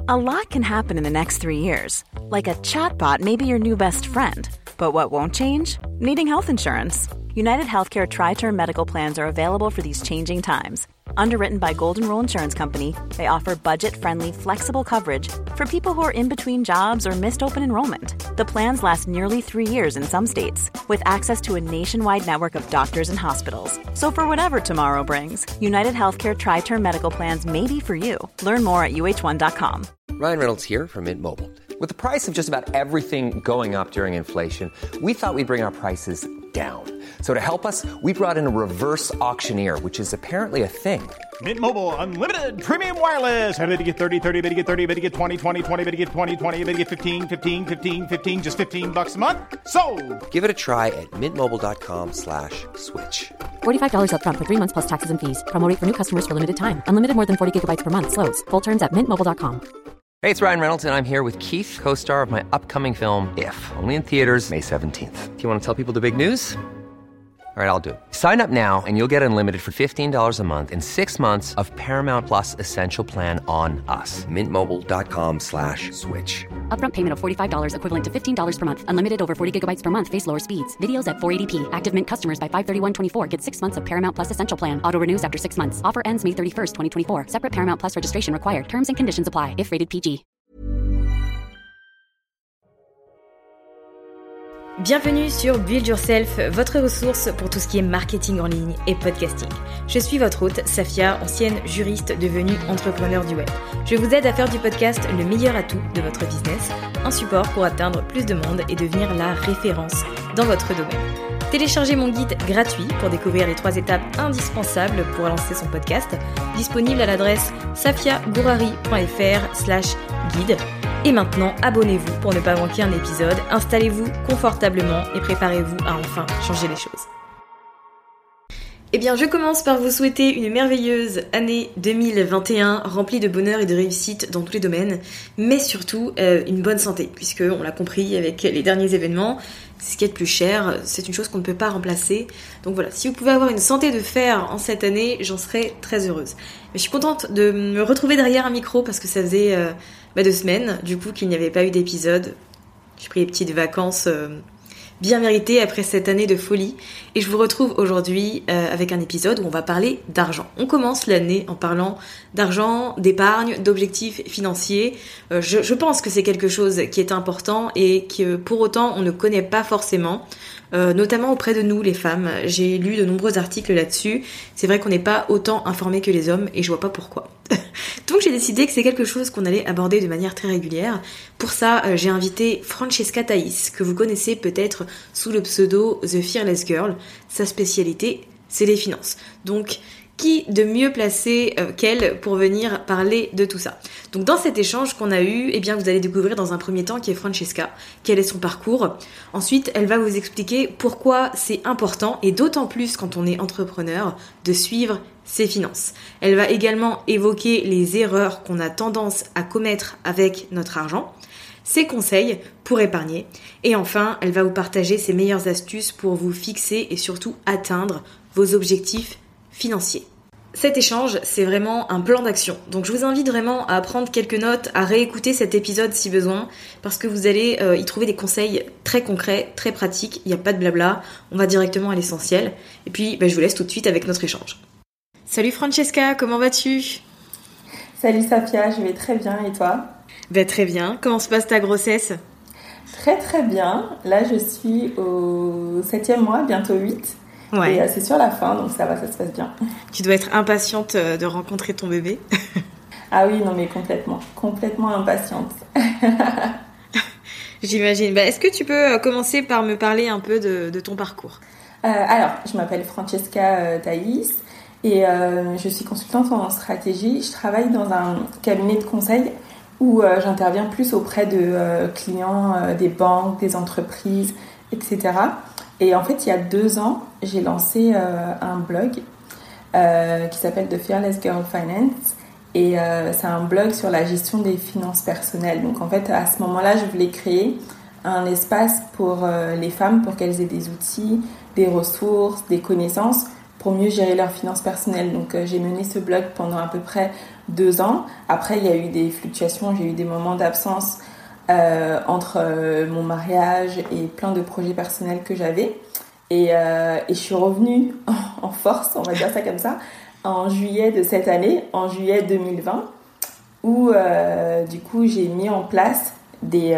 A lot can happen in the next 3 years. Like a chatbot may be your new best friend. But what won't change? Needing health insurance. United Healthcare Tri-Term Medical Plans are available for these changing times. Underwritten by Golden Rule Insurance Company, they offer budget-friendly, flexible coverage for people who are in between jobs or missed open enrollment. The plans last nearly 3 years in some states, with access to a nationwide network of doctors and hospitals. So for whatever tomorrow brings, United Healthcare Tri-Term Medical Plans may be for you. Learn more at uh1.com. Ryan Reynolds here from Mint Mobile. With the price of just about everything going up during inflation, we thought we'd bring our prices down. So to help us, we brought in a reverse auctioneer, which is apparently a thing. Mint Mobile Unlimited Premium Wireless. How to get 30, 30, bit to get 30, bit to get 20, 20, 20, bit to get 20, 20, bit to get 15, 15, 15, 15, just $15 a month? Sold! Give it a try at mintmobile.com/switch. $45 up front for 3 months plus taxes and fees. Promo rate for new customers for limited time. Unlimited more than 40 gigabytes per month. Slows full terms at mintmobile.com. Hey, it's Ryan Reynolds, and I'm here with Keith, co-star of my upcoming film, If, only in theaters May 17th. Do you want to tell people the big news? All right, I'll do it. Sign up now and you'll get unlimited for $15 a month and 6 months of Paramount Plus Essential Plan on us. mintmobile.com/switch. Upfront payment of $45 equivalent to $15 per month. Unlimited over 40 gigabytes per month. Face lower speeds. Videos at 480p. Active Mint customers by 531.24 get 6 months of Paramount Plus Essential Plan. Auto renews after 6 months. Offer ends May 31st, 2024. Separate Paramount Plus registration required. Terms and conditions apply if rated PG. Bienvenue sur Build Yourself, votre ressource pour tout ce qui est marketing en ligne et podcasting. Je suis votre hôte, Safia, ancienne juriste devenue entrepreneur du web. Je vous aide à faire du podcast le meilleur atout de votre business, un support pour atteindre plus de monde et devenir la référence dans votre domaine. Téléchargez mon guide gratuit pour découvrir les 3 étapes indispensables pour lancer son podcast, disponible à l'adresse safiagourari.fr/guide. Et maintenant, abonnez-vous pour ne pas manquer un épisode, installez-vous confortablement et préparez-vous à enfin changer les choses. Eh bien, je commence par vous souhaiter une merveilleuse année 2021, remplie de bonheur et de réussite dans tous les domaines, mais surtout une bonne santé, puisque on l'a compris avec les derniers événements, c'est ce qui est le plus cher, c'est une chose qu'on ne peut pas remplacer. Donc voilà, si vous pouvez avoir une santé de fer en cette année, j'en serais très heureuse. Mais je suis contente de me retrouver derrière un micro parce que ça faisait 2 semaines, du coup, qu'il n'y avait pas eu d'épisode. J'ai pris des petites vacances bien méritées après cette année de folie. Et je vous retrouve aujourd'hui avec un épisode où on va parler d'argent. On commence l'année en parlant d'argent, d'épargne, d'objectifs financiers. Je pense que c'est quelque chose qui est important et que pour autant on ne connaît pas forcément. Notamment auprès de nous les femmes. J'ai lu de nombreux articles là-dessus. C'est vrai qu'on n'est pas autant informés que les hommes et je vois pas pourquoi. Donc j'ai décidé que c'est quelque chose qu'on allait aborder de manière très régulière. Pour ça, j'ai invité Francesca Thaïs, que vous connaissez peut-être sous le pseudo The Fearless Girl. Sa spécialité, c'est les finances. Donc qui de mieux placé qu'elle pour venir parler de tout ça. Donc dans cet échange qu'on a eu, eh bien vous allez découvrir dans un premier temps qui est Francesca, quel est son parcours. Ensuite, elle va vous expliquer pourquoi c'est important, et d'autant plus quand on est entrepreneur, de suivre ses finances. Elle va également évoquer les erreurs qu'on a tendance à commettre avec notre argent, ses conseils pour épargner, et enfin, elle va vous partager ses meilleures astuces pour vous fixer et surtout atteindre vos objectifs financiers. Cet échange, c'est vraiment un plan d'action. Donc je vous invite vraiment à prendre quelques notes, à réécouter cet épisode si besoin, parce que vous allez y trouver des conseils très concrets, très pratiques, il n'y a pas de blabla, on va directement à l'essentiel. Et puis je vous laisse tout de suite avec notre échange. Salut Francesca, comment vas-tu ? Salut Safia, je vais très bien et toi ? Très bien, comment se passe ta grossesse ? Très très bien, là je suis au 7e mois, bientôt 8. Ouais. Et c'est sur la fin, donc ça va, ça se passe bien. Tu dois être impatiente de rencontrer ton bébé. Ah oui, non mais complètement impatiente. J'imagine. Est-ce que tu peux commencer par me parler un peu de ton parcours ? Alors, je m'appelle Francesca Thaïs et je suis consultante en stratégie. Je travaille dans un cabinet de conseil où j'interviens plus auprès de clients, des banques, des entreprises, etc. Et en fait, il y a 2 ans, j'ai lancé un blog qui s'appelle The Fearless Girl Finance. Et c'est un blog sur la gestion des finances personnelles. Donc en fait, à ce moment-là, je voulais créer un espace pour les femmes, pour qu'elles aient des outils, des ressources, des connaissances pour mieux gérer leurs finances personnelles. Donc j'ai mené ce blog pendant à peu près 2 ans. Après, il y a eu des fluctuations, j'ai eu des moments d'absence entre mon mariage et plein de projets personnels que j'avais. Et je suis revenue en force, on va dire ça comme ça, en juillet de cette année, en juillet 2020, où du coup j'ai mis en place des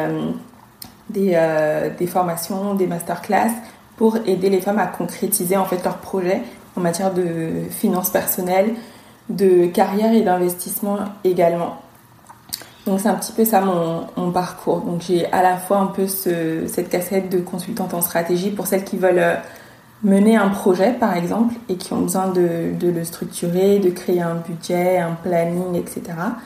formations, des masterclass pour aider les femmes à concrétiser en fait leurs projets en matière de finances personnelles, de carrière et d'investissement également. Donc c'est un petit peu ça mon parcours. Donc j'ai à la fois un peu cette casquette de consultante en stratégie pour celles qui veulent mener un projet par exemple et qui ont besoin de le structurer, de créer un budget, un planning, etc.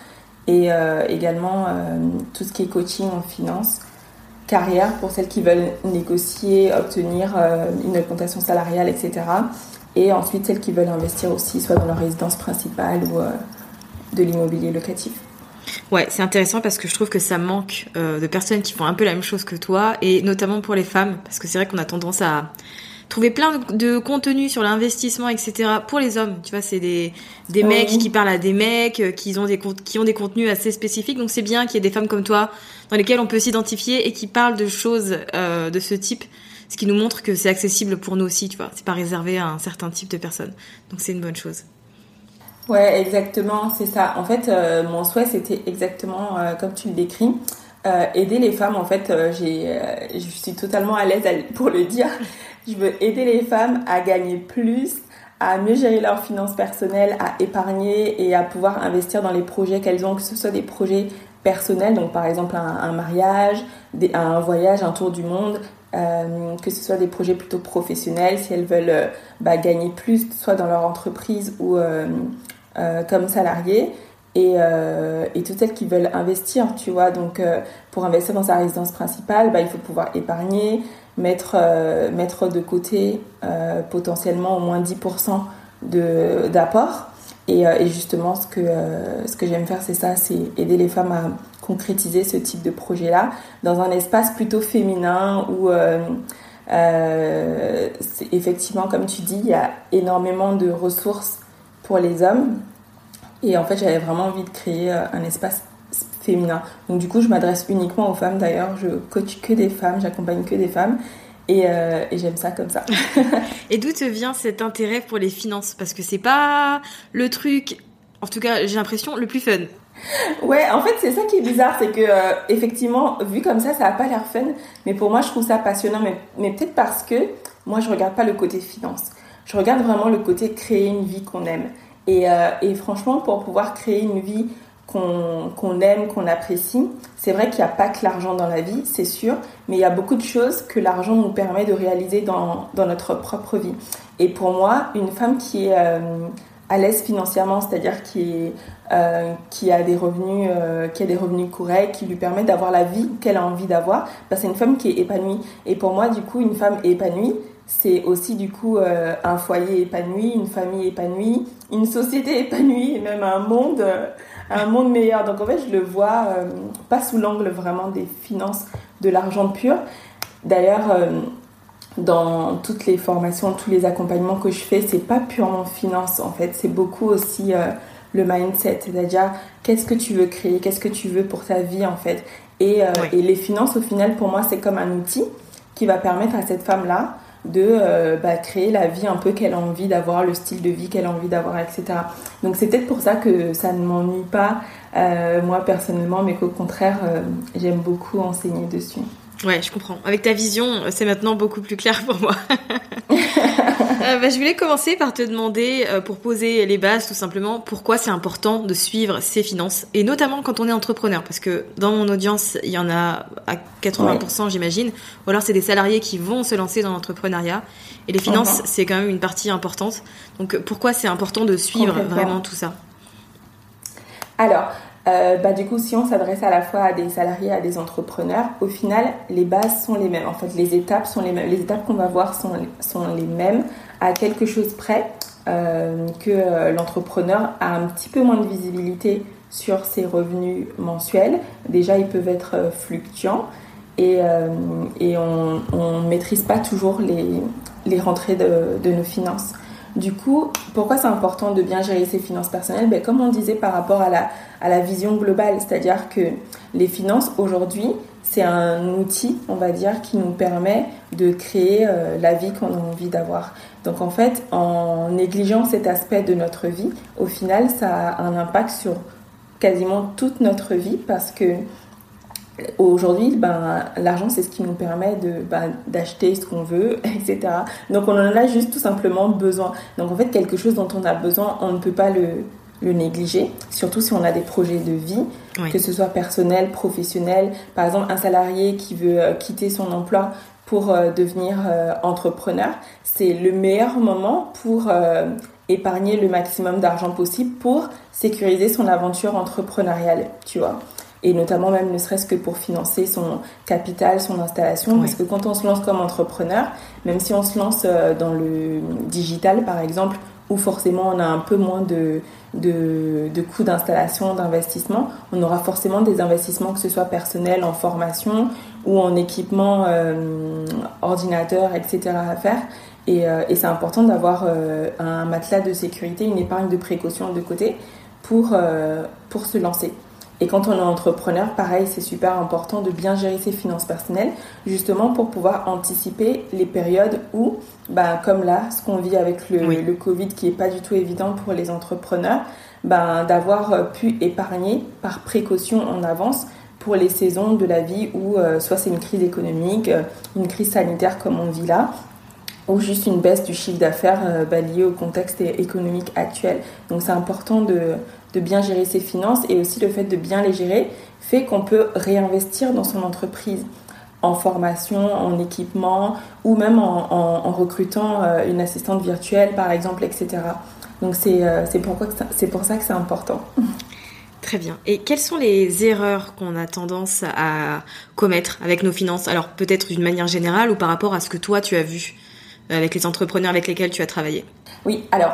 Et également tout ce qui est coaching en finance, carrière pour celles qui veulent négocier, obtenir une augmentation salariale, etc. Et ensuite celles qui veulent investir aussi soit dans leur résidence principale ou de l'immobilier locatif. Ouais, c'est intéressant parce que je trouve que ça manque de personnes qui font un peu la même chose que toi, et notamment pour les femmes, parce que c'est vrai qu'on a tendance à trouver plein de contenus sur l'investissement, etc. pour les hommes. Tu vois, c'est des mecs qui parlent à des mecs, qui ont des contenus assez spécifiques. Donc c'est bien qu'il y ait des femmes comme toi dans lesquelles on peut s'identifier et qui parlent de choses de ce type, ce qui nous montre que c'est accessible pour nous aussi, tu vois. C'est pas réservé à un certain type de personnes. Donc c'est une bonne chose. Ouais, exactement, c'est ça. En fait, mon souhait, c'était exactement comme tu le décris. Aider les femmes, en fait, je suis totalement à l'aise pour le dire. Je veux aider les femmes à gagner plus, à mieux gérer leurs finances personnelles, à épargner et à pouvoir investir dans les projets qu'elles ont, que ce soit des projets personnels, donc par exemple un mariage, un voyage, un tour du monde, que ce soit des projets plutôt professionnels, si elles veulent gagner plus, soit dans leur entreprise ou comme salariés, et toutes celles qui veulent investir, tu vois. Donc pour investir dans sa résidence principale, il faut pouvoir épargner, mettre de côté potentiellement au moins 10% d'apport, et justement ce que j'aime faire, c'est ça, c'est aider les femmes à concrétiser ce type de projet là dans un espace plutôt féminin où effectivement, comme tu dis, il y a énormément de ressources pour les hommes. Et en fait, j'avais vraiment envie de créer un espace féminin. Donc du coup, je m'adresse uniquement aux femmes. D'ailleurs, je coach que des femmes, j'accompagne que des femmes. Et j'aime ça comme ça. Et d'où te vient cet intérêt pour les finances ? Parce que c'est pas le truc, en tout cas, j'ai l'impression, le plus fun. Ouais, en fait, c'est ça qui est bizarre, c'est que effectivement, vu comme ça a pas l'air fun, mais pour moi, je trouve ça passionnant, mais peut-être parce que moi, je regarde pas le côté finance. Je regarde vraiment le côté créer une vie qu'on aime. Et franchement, pour pouvoir créer une vie qu'on aime, qu'on apprécie, c'est vrai qu'il n'y a pas que l'argent dans la vie, c'est sûr, mais il y a beaucoup de choses que l'argent nous permet de réaliser dans notre propre vie. Et pour moi, une femme qui est à l'aise financièrement, c'est-à-dire qui a des revenus corrects, qui lui permettent d'avoir la vie qu'elle a envie d'avoir, c'est une femme qui est épanouie. Et pour moi, du coup, une femme épanouie, c'est aussi du coup un foyer épanoui, une famille épanouie, une société épanouie et même un monde meilleur. Donc en fait, je le vois pas sous l'angle vraiment des finances, de l'argent pur. D'ailleurs, dans toutes les formations, tous les accompagnements que je fais, c'est pas purement finance en fait, c'est beaucoup aussi le mindset, c'est-à-dire qu'est-ce que tu veux créer, qu'est-ce que tu veux pour ta vie en fait. Et les finances, au final, pour moi, c'est comme un outil qui va permettre à cette femme-là de créer la vie un peu qu'elle a envie d'avoir, le style de vie qu'elle a envie d'avoir, etc. Donc c'est peut-être pour ça que ça ne m'ennuie pas, moi personnellement, mais qu'au contraire, j'aime beaucoup enseigner dessus. Ouais, je comprends. Avec ta vision, c'est maintenant beaucoup plus clair pour moi. Je voulais commencer par te demander, pour poser les bases tout simplement, pourquoi c'est important de suivre ses finances, et notamment quand on est entrepreneur, parce que dans mon audience, il y en a à 80%, ouais, j'imagine, ou alors c'est des salariés qui vont se lancer dans l'entrepreneuriat, et les finances, c'est quand même une partie importante. Donc pourquoi c'est important de suivre vraiment tout ça ? Alors, du coup, si on s'adresse à la fois à des salariés et à des entrepreneurs, au final, les bases sont les mêmes. En fait, les étapes sont les mêmes. Les étapes qu'on va voir sont les mêmes, à quelque chose près que l'entrepreneur a un petit peu moins de visibilité sur ses revenus mensuels. Déjà, ils peuvent être fluctuants et on ne maîtrise pas toujours les rentrées de nos finances. Du coup, pourquoi c'est important de bien gérer ses finances personnelles? Comme on disait par rapport à la vision globale, c'est-à-dire que les finances aujourd'hui, c'est un outil, on va dire, qui nous permet de créer la vie qu'on a envie d'avoir. Donc en fait, en négligeant cet aspect de notre vie, au final, ça a un impact sur quasiment toute notre vie parce que aujourd'hui, l'argent, c'est ce qui nous permet d'acheter ce qu'on veut, etc. Donc on en a juste tout simplement besoin. Donc en fait, quelque chose dont on a besoin, on ne peut pas le négliger, surtout si on a des projets de vie, oui. Que ce soit personnel, professionnel. Par exemple, un salarié qui veut quitter son emploi pour devenir entrepreneur, c'est le meilleur moment pour épargner le maximum d'argent possible pour sécuriser son aventure entrepreneuriale, tu vois. Et notamment même ne serait-ce que pour financer son capital, son installation, oui. Parce que quand on se lance comme entrepreneur, même si on se lance dans le digital par exemple, où forcément on a un peu moins de coûts d'installation, d'investissement, on aura forcément des investissements, que ce soit personnels, en formation ou en équipement, ordinateur, etc. à faire. Et c'est important d'avoir un matelas de sécurité, une épargne de précaution de côté pour se lancer. Et quand on est entrepreneur, pareil, c'est super important de bien gérer ses finances personnelles, justement pour pouvoir anticiper les périodes où, comme là, ce qu'on vit avec le Covid, qui est pas du tout évident pour les entrepreneurs, d'avoir pu épargner par précaution en avance pour les saisons de la vie où soit c'est une crise économique, une crise sanitaire comme on vit là, ou juste une baisse du chiffre d'affaires liée au contexte économique actuel. Donc c'est important de bien gérer ses finances, et aussi le fait de bien les gérer fait qu'on peut réinvestir dans son entreprise en formation, en équipement, ou même en recrutant une assistante virtuelle par exemple, etc. Donc c'est pour ça que c'est important. Très bien. Et quelles sont les erreurs qu'on a tendance à commettre avec nos finances? Alors peut-être d'une manière générale ou par rapport à ce que toi tu as vu avec les entrepreneurs avec lesquels tu as travaillé? Oui, alors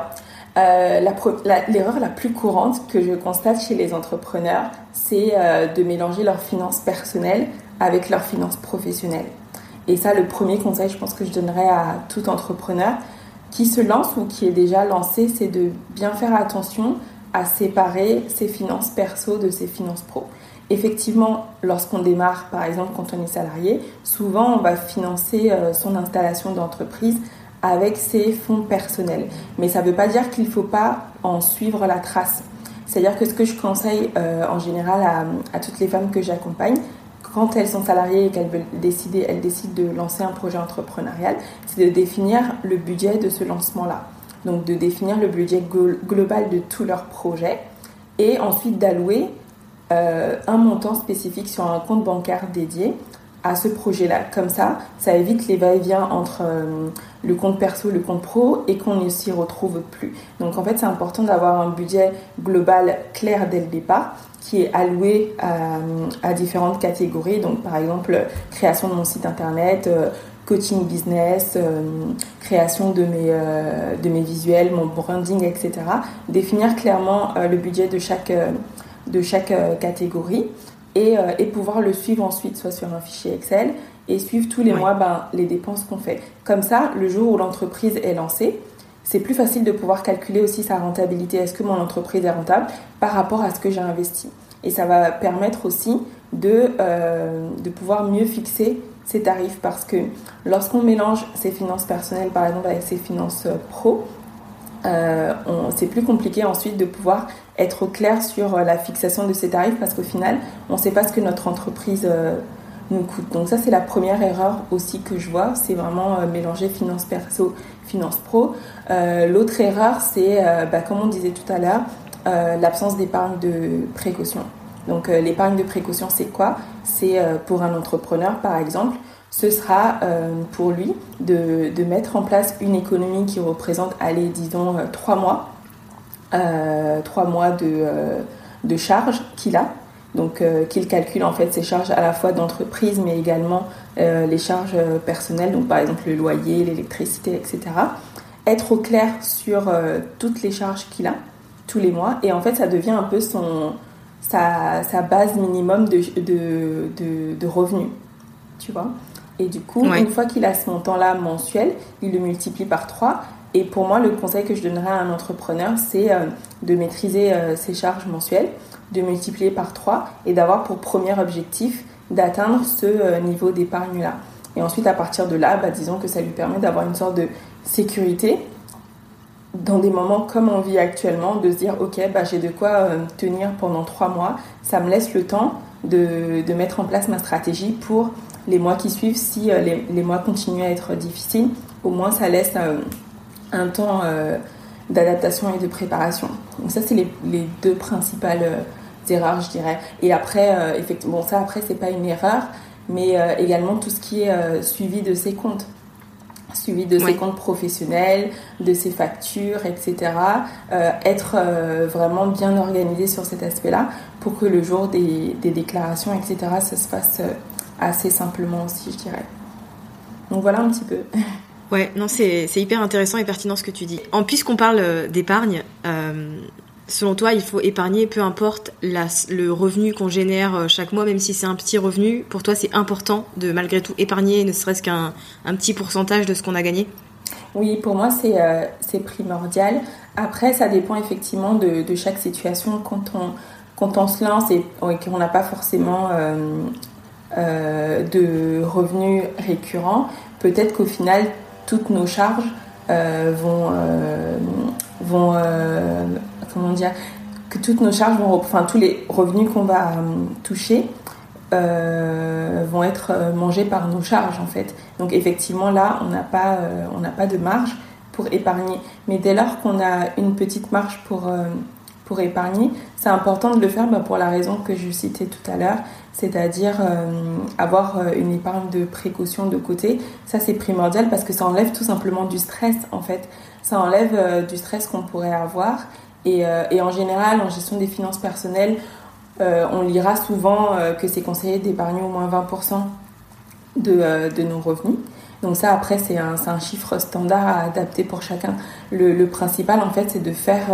l'erreur la plus courante que je constate chez les entrepreneurs, c'est de mélanger leurs finances personnelles avec leurs finances professionnelles. Et ça, le premier conseil, je pense que je donnerais à tout entrepreneur qui se lance ou qui est déjà lancé, c'est de bien faire attention à séparer ses finances perso de ses finances pro. Effectivement, lorsqu'on démarre, par exemple quand on est salarié, souvent on va financer son installation d'entreprise avec ses fonds personnels. Mais ça ne veut pas dire qu'il ne faut pas en suivre la trace. C'est-à-dire que ce que je conseille en général à toutes les femmes que j'accompagne, quand elles sont salariées et qu'elles décident de lancer un projet entrepreneurial, c'est de définir le budget de ce lancement-là. Donc de définir le budget global de tout leur projet et ensuite d'allouer un montant spécifique sur un compte bancaire dédié à ce projet-là. Comme ça évite les va-et-vient entre le compte perso, le compte pro, et qu'on ne s'y retrouve plus. Donc en fait, c'est important d'avoir un budget global clair dès le départ, qui est alloué à différentes catégories. Donc par exemple, création de mon site internet, coaching business, création de mes visuels, mon branding, etc. Définir clairement le budget de chaque catégorie. Et pouvoir le suivre ensuite, soit sur un fichier Excel, et suivre tous les mois les dépenses qu'on fait. Comme ça, le jour où l'entreprise est lancée, c'est plus facile de pouvoir calculer aussi sa rentabilité. Est-ce que mon entreprise est rentable par rapport à ce que j'ai investi? Et ça va permettre aussi de pouvoir mieux fixer ses tarifs, parce que lorsqu'on mélange ses finances personnelles, par exemple, avec ses finances pro, c'est plus compliqué ensuite de pouvoir être au clair sur la fixation de ces tarifs, parce qu'au final, on ne sait pas ce que notre entreprise nous coûte. Donc ça, c'est la première erreur aussi que je vois, c'est vraiment mélanger finances perso, finances pro. L'autre erreur, c'est, comme on disait tout à l'heure, l'absence d'épargne de précaution. Donc l'épargne de précaution, c'est quoi? C'est pour un entrepreneur, par exemple, ce sera pour lui de mettre en place une économie qui représente, disons, 3 mois. 3 mois de charges qu'il a, donc qu'il calcule en fait ses charges à la fois d'entreprise mais également les charges personnelles, donc par exemple le loyer, l'électricité, etc. Être au clair sur toutes les charges qu'il a tous les mois, et en fait ça devient un peu sa base minimum de revenus, tu vois. Et du coup, une fois qu'il a ce montant-là mensuel, il le multiplie par 3. Et pour moi, le conseil que je donnerais à un entrepreneur, c'est de maîtriser ses charges mensuelles, de multiplier par 3 et d'avoir pour premier objectif d'atteindre ce niveau d'épargne-là. Et ensuite, à partir de là, disons que ça lui permet d'avoir une sorte de sécurité dans des moments comme on vit actuellement, de se dire ok, j'ai de quoi tenir pendant 3 mois, ça me laisse le temps de mettre en place ma stratégie pour les mois qui suivent. Si les mois continuent à être difficiles, au moins ça laisse un temps d'adaptation et de préparation. Donc ça, c'est les 2 principales erreurs, je dirais. Et après, effectivement, ça après c'est pas une erreur, mais également tout ce qui est suivi de ses comptes. Suivi de ses comptes professionnels, de ses factures, etc. Être vraiment bien organisé sur cet aspect-là pour que le jour des déclarations, etc., ça se fasse assez simplement aussi, je dirais. Donc voilà un petit peu. Ouais, non, c'est hyper intéressant et pertinent ce que tu dis. Puisqu'on parle d'épargne, selon toi, il faut épargner peu importe le revenu qu'on génère chaque mois, même si c'est un petit revenu. Pour toi, c'est important de malgré tout épargner, ne serait-ce qu'un petit pourcentage de ce qu'on a gagné ? Oui, pour moi, c'est primordial. Après, ça dépend effectivement de chaque situation. Quand on se lance et qu'on n'a pas forcément de revenus récurrents, peut-être qu'au final, toutes nos charges que toutes nos charges tous les revenus qu'on va toucher vont être mangés par nos charges en fait. Donc effectivement là, on n'a pas de marge pour épargner. Mais dès lors qu'on a une petite marge pour épargner, c'est important de le faire pour la raison que je citais tout à l'heure, c'est-à-dire avoir une épargne de précaution de côté. Ça, c'est primordial parce que ça enlève tout simplement du stress, en fait. Ça enlève du stress qu'on pourrait avoir. Et en général, en gestion des finances personnelles, on lira souvent que c'est conseillé d'épargner au moins 20% de nos revenus. Donc ça, après, c'est un chiffre standard à adapter pour chacun. Le principal, en fait, c'est de faire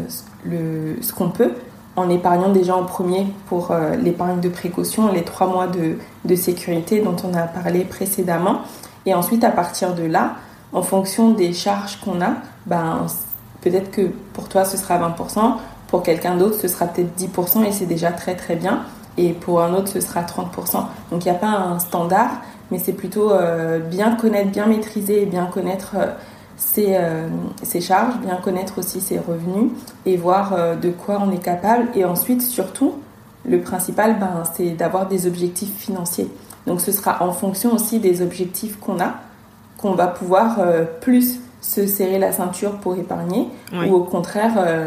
ce qu'on peut en épargnant déjà en premier pour l'épargne de précaution, les 3 mois de sécurité dont on a parlé précédemment. Et ensuite, à partir de là, en fonction des charges qu'on a, peut-être que pour toi, ce sera 20%, pour quelqu'un d'autre, ce sera peut-être 10% et c'est déjà très très bien. Et pour un autre, ce sera 30%. Donc, il n'y a pas un standard, mais c'est plutôt bien connaître, bien maîtriser et bien connaître ses charges, bien connaître aussi ses revenus et voir de quoi on est capable. Et ensuite, surtout, le principal, c'est d'avoir des objectifs financiers. Donc, ce sera en fonction aussi des objectifs qu'on va pouvoir plus se serrer la ceinture pour épargner ou au contraire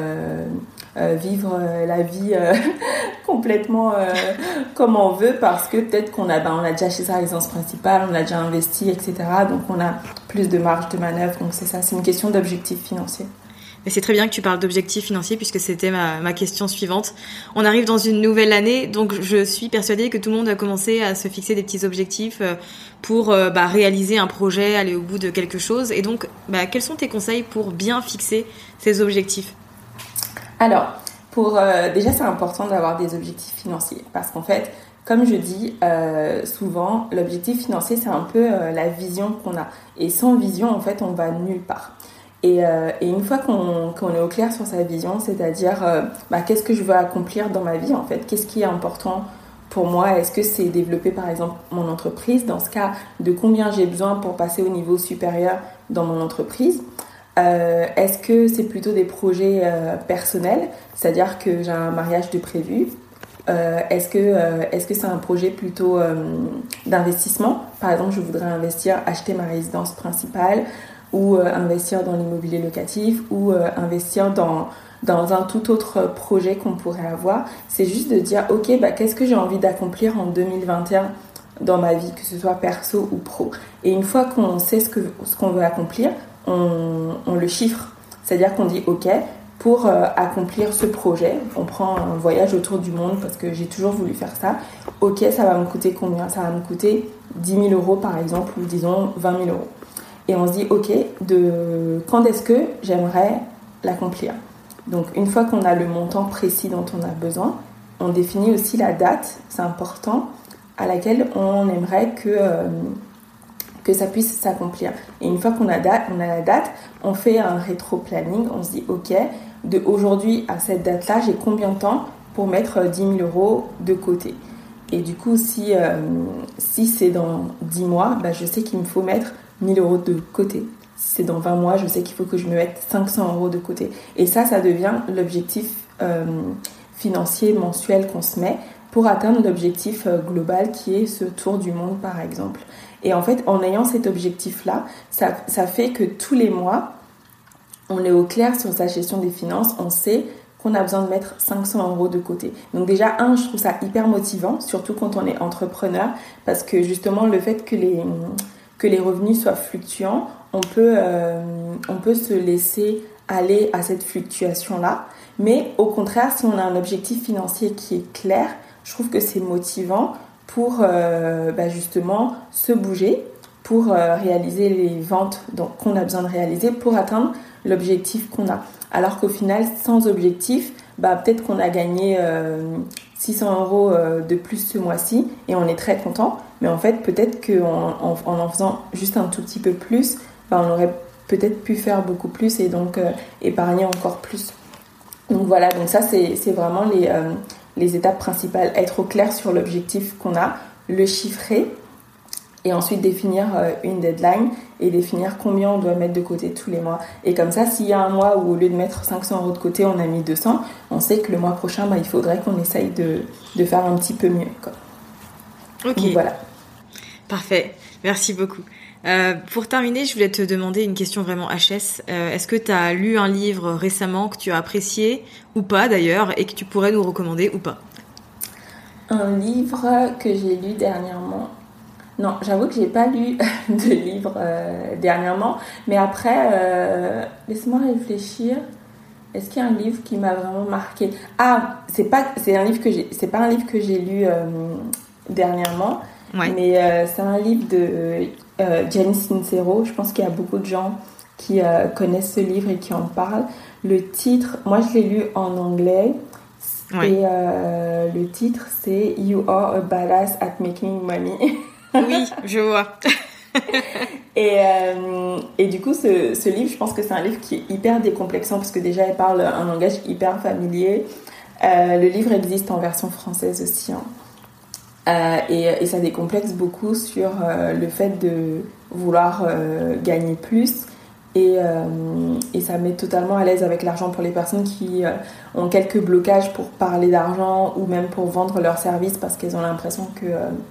vivre la vie complètement comme on veut parce que peut-être qu'on a déjà acheté sa résidence principale, on a déjà investi, etc. Donc on a plus de marge de manœuvre. Donc c'est ça, c'est une question d'objectifs financiers. Mais c'est très bien que tu parles d'objectifs financiers puisque c'était ma question suivante. On arrive dans une nouvelle année, donc je suis persuadée que tout le monde a commencé à se fixer des petits objectifs pour réaliser un projet, aller au bout de quelque chose. Et donc, quels sont tes conseils pour bien fixer ces objectifs ? Alors, déjà, c'est important d'avoir des objectifs financiers parce qu'en fait, comme je dis souvent, l'objectif financier, c'est un peu la vision qu'on a. Et sans vision, en fait, on va nulle part. Et une fois qu'on est au clair sur sa vision, c'est-à-dire qu'est-ce que je veux accomplir dans ma vie en fait, qu'est-ce qui est important pour moi, est-ce que c'est développer par exemple mon entreprise, dans ce cas de combien j'ai besoin pour passer au niveau supérieur dans mon entreprise, est-ce que c'est plutôt des projets personnels, c'est-à-dire que j'ai un mariage de prévu, est-ce que c'est un projet plutôt d'investissement, par exemple je voudrais acheter ma résidence principale, ou investir dans l'immobilier locatif ou investir dans un tout autre projet qu'on pourrait avoir. C'est juste de dire ok, qu'est-ce que j'ai envie d'accomplir en 2021 dans ma vie, que ce soit perso ou pro. Et une fois qu'on sait ce qu'on veut accomplir, on le chiffre. C'est-à-dire qu'on dit ok, pour accomplir ce projet, on prend un voyage autour du monde parce que j'ai toujours voulu faire ça. Ok, ça va me coûter combien ? Ça va me coûter 10 000 € par exemple, ou disons 20 000 €. Et on se dit, ok, quand est-ce que j'aimerais l'accomplir ? Donc, une fois qu'on a le montant précis dont on a besoin, on définit aussi la date, c'est important, à laquelle on aimerait que ça puisse s'accomplir. Et une fois qu'on a la date, on fait un rétro-planning, on se dit ok, de aujourd'hui à cette date-là, j'ai combien de temps pour mettre 10 000 euros de côté. Et du coup, si c'est dans 10 mois, je sais qu'il me faut mettre 1 000 euros de côté. Si c'est dans 20 mois, je sais qu'il faut que je me mette 500 euros de côté. Et ça devient l'objectif financier mensuel qu'on se met pour atteindre l'objectif global qui est ce tour du monde par exemple. Et en fait, en ayant cet objectif-là, ça fait que tous les mois, on est au clair sur sa gestion des finances, on sait qu'on a besoin de mettre 500 euros de côté. Donc déjà, je trouve ça hyper motivant, surtout quand on est entrepreneur, parce que justement, le fait que les revenus soient fluctuants, on peut se laisser aller à cette fluctuation-là. Mais au contraire, si on a un objectif financier qui est clair, je trouve que c'est motivant pour justement se bouger, pour réaliser les ventes qu'on a besoin de réaliser pour atteindre l'objectif qu'on a. Alors qu'au final, sans objectif, peut-être qu'on a gagné 600 euros de plus ce mois-ci et on est très content. Mais en fait, peut-être qu'en faisant juste un tout petit peu plus, on aurait peut-être pu faire beaucoup plus et donc épargner encore plus. Donc voilà, donc ça c'est vraiment les étapes principales. Être au clair sur l'objectif qu'on a, le chiffrer et ensuite définir une deadline et définir combien on doit mettre de côté tous les mois. Et comme ça, s'il y a un mois où au lieu de mettre 500 euros de côté, on a mis 200, on sait que le mois prochain, il faudrait qu'on essaye de faire un petit peu mieux, quoi. Ok. Donc voilà. Parfait, merci beaucoup. Pour terminer, je voulais te demander une question vraiment HS. Est-ce que tu as lu un livre récemment que tu as apprécié, ou pas d'ailleurs, et que tu pourrais nous recommander ou pas? Un livre que j'ai lu dernièrement. Non, j'avoue que j'ai pas lu de livre dernièrement. Mais après, laisse-moi réfléchir. Est-ce qu'il y a un livre qui m'a vraiment marqué? C'est pas un livre que j'ai lu dernièrement. Ouais. Mais c'est un livre de Gianni Sincero. Je pense qu'il y a beaucoup de gens qui connaissent ce livre et qui en parlent. Le titre, moi je l'ai lu en anglais. Ouais. Et le titre c'est You are a badass at making money. Oui, je vois. et du coup, ce livre, je pense que c'est un livre qui est hyper décomplexant parce que déjà, il parle un langage hyper familier. Le livre existe en version française aussi. Et ça décomplexe beaucoup sur le fait de vouloir gagner plus. Et ça met totalement à l'aise avec l'argent pour les personnes qui ont quelques blocages pour parler d'argent ou même pour vendre leurs services parce qu'elles ont l'impression que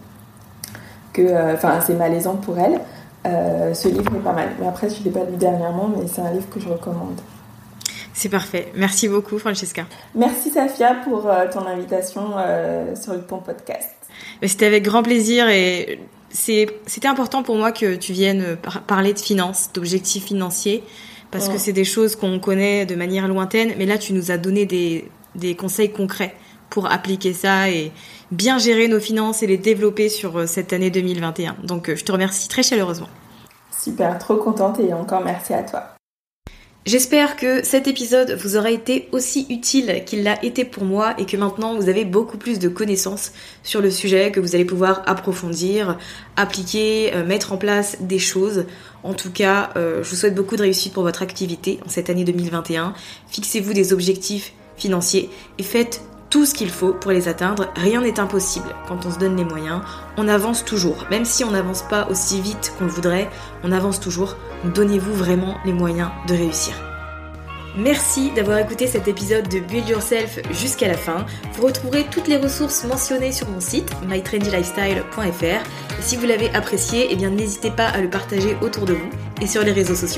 c'est malaisant pour elles. Ce livre est pas mal. Mais après, je ne l'ai pas lu dernièrement, mais c'est un livre que je recommande. C'est parfait. Merci beaucoup, Francesca. Merci, Safia, pour ton invitation sur ton podcast. C'était avec grand plaisir et c'était important pour moi que tu viennes parler de finances, d'objectifs financiers, parce que c'est des choses qu'on connaît de manière lointaine, mais là, tu nous as donné des conseils concrets pour appliquer ça et bien gérer nos finances et les développer sur cette année 2021. Donc, je te remercie très chaleureusement. Super, trop contente et encore merci à toi. J'espère que cet épisode vous aura été aussi utile qu'il l'a été pour moi et que maintenant vous avez beaucoup plus de connaissances sur le sujet, que vous allez pouvoir approfondir, appliquer, mettre en place des choses. En tout cas, je vous souhaite beaucoup de réussite pour votre activité en cette année 2021. Fixez-vous des objectifs financiers et faites tout ce qu'il faut pour les atteindre. Rien n'est impossible quand on se donne les moyens. On avance toujours. Même si on n'avance pas aussi vite qu'on le voudrait, on avance toujours. Donnez-vous vraiment les moyens de réussir. Merci d'avoir écouté cet épisode de Build Yourself jusqu'à la fin. Vous retrouverez toutes les ressources mentionnées sur mon site mytrendylifestyle.fr. Et si vous l'avez apprécié, n'hésitez pas à le partager autour de vous et sur les réseaux sociaux.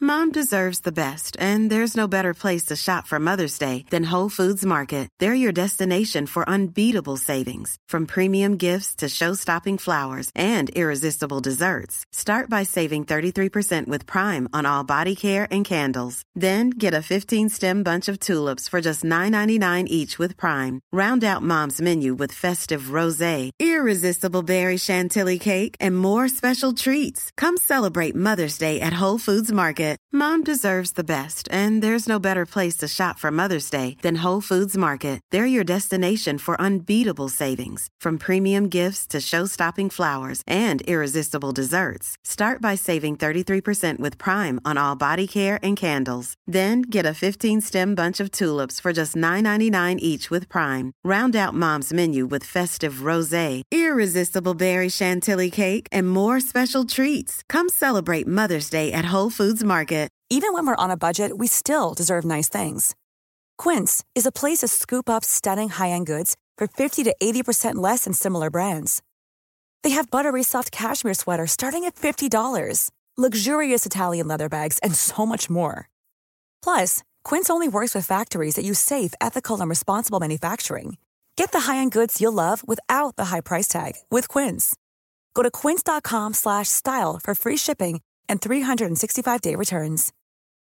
Mom deserves the best, and there's no better place to shop for Mother's Day than Whole Foods Market. They're your destination for unbeatable savings, from premium gifts to show-stopping flowers and irresistible desserts. Start by saving 33% with Prime on all body care and candles. Then get a 15-stem bunch of tulips for just $9.99 each with Prime. Round out Mom's menu with festive rosé, irresistible berry chantilly cake, and more special treats. Come celebrate Mother's Day at Whole Foods Market. Mom deserves the best, and there's no better place to shop for Mother's Day than Whole Foods Market. They're your destination for unbeatable savings, from premium gifts to show-stopping flowers and irresistible desserts. Start by saving 33% with Prime on all body care and candles. Then get a 15-stem bunch of tulips for just $9.99 each with Prime. Round out Mom's menu with festive rosé, irresistible berry chantilly cake, and more special treats. Come celebrate Mother's Day at Whole Foods Market. Even when we're on a budget, we still deserve nice things. Quince is a place to scoop up stunning high-end goods for 50 to 80% less than similar brands. They have buttery soft cashmere sweaters starting at $50, luxurious Italian leather bags, and so much more. Plus, Quince only works with factories that use safe, ethical, and responsible manufacturing. Get the high-end goods you'll love without the high price tag with Quince. Go to quince.com/style for free shipping and 365-day returns.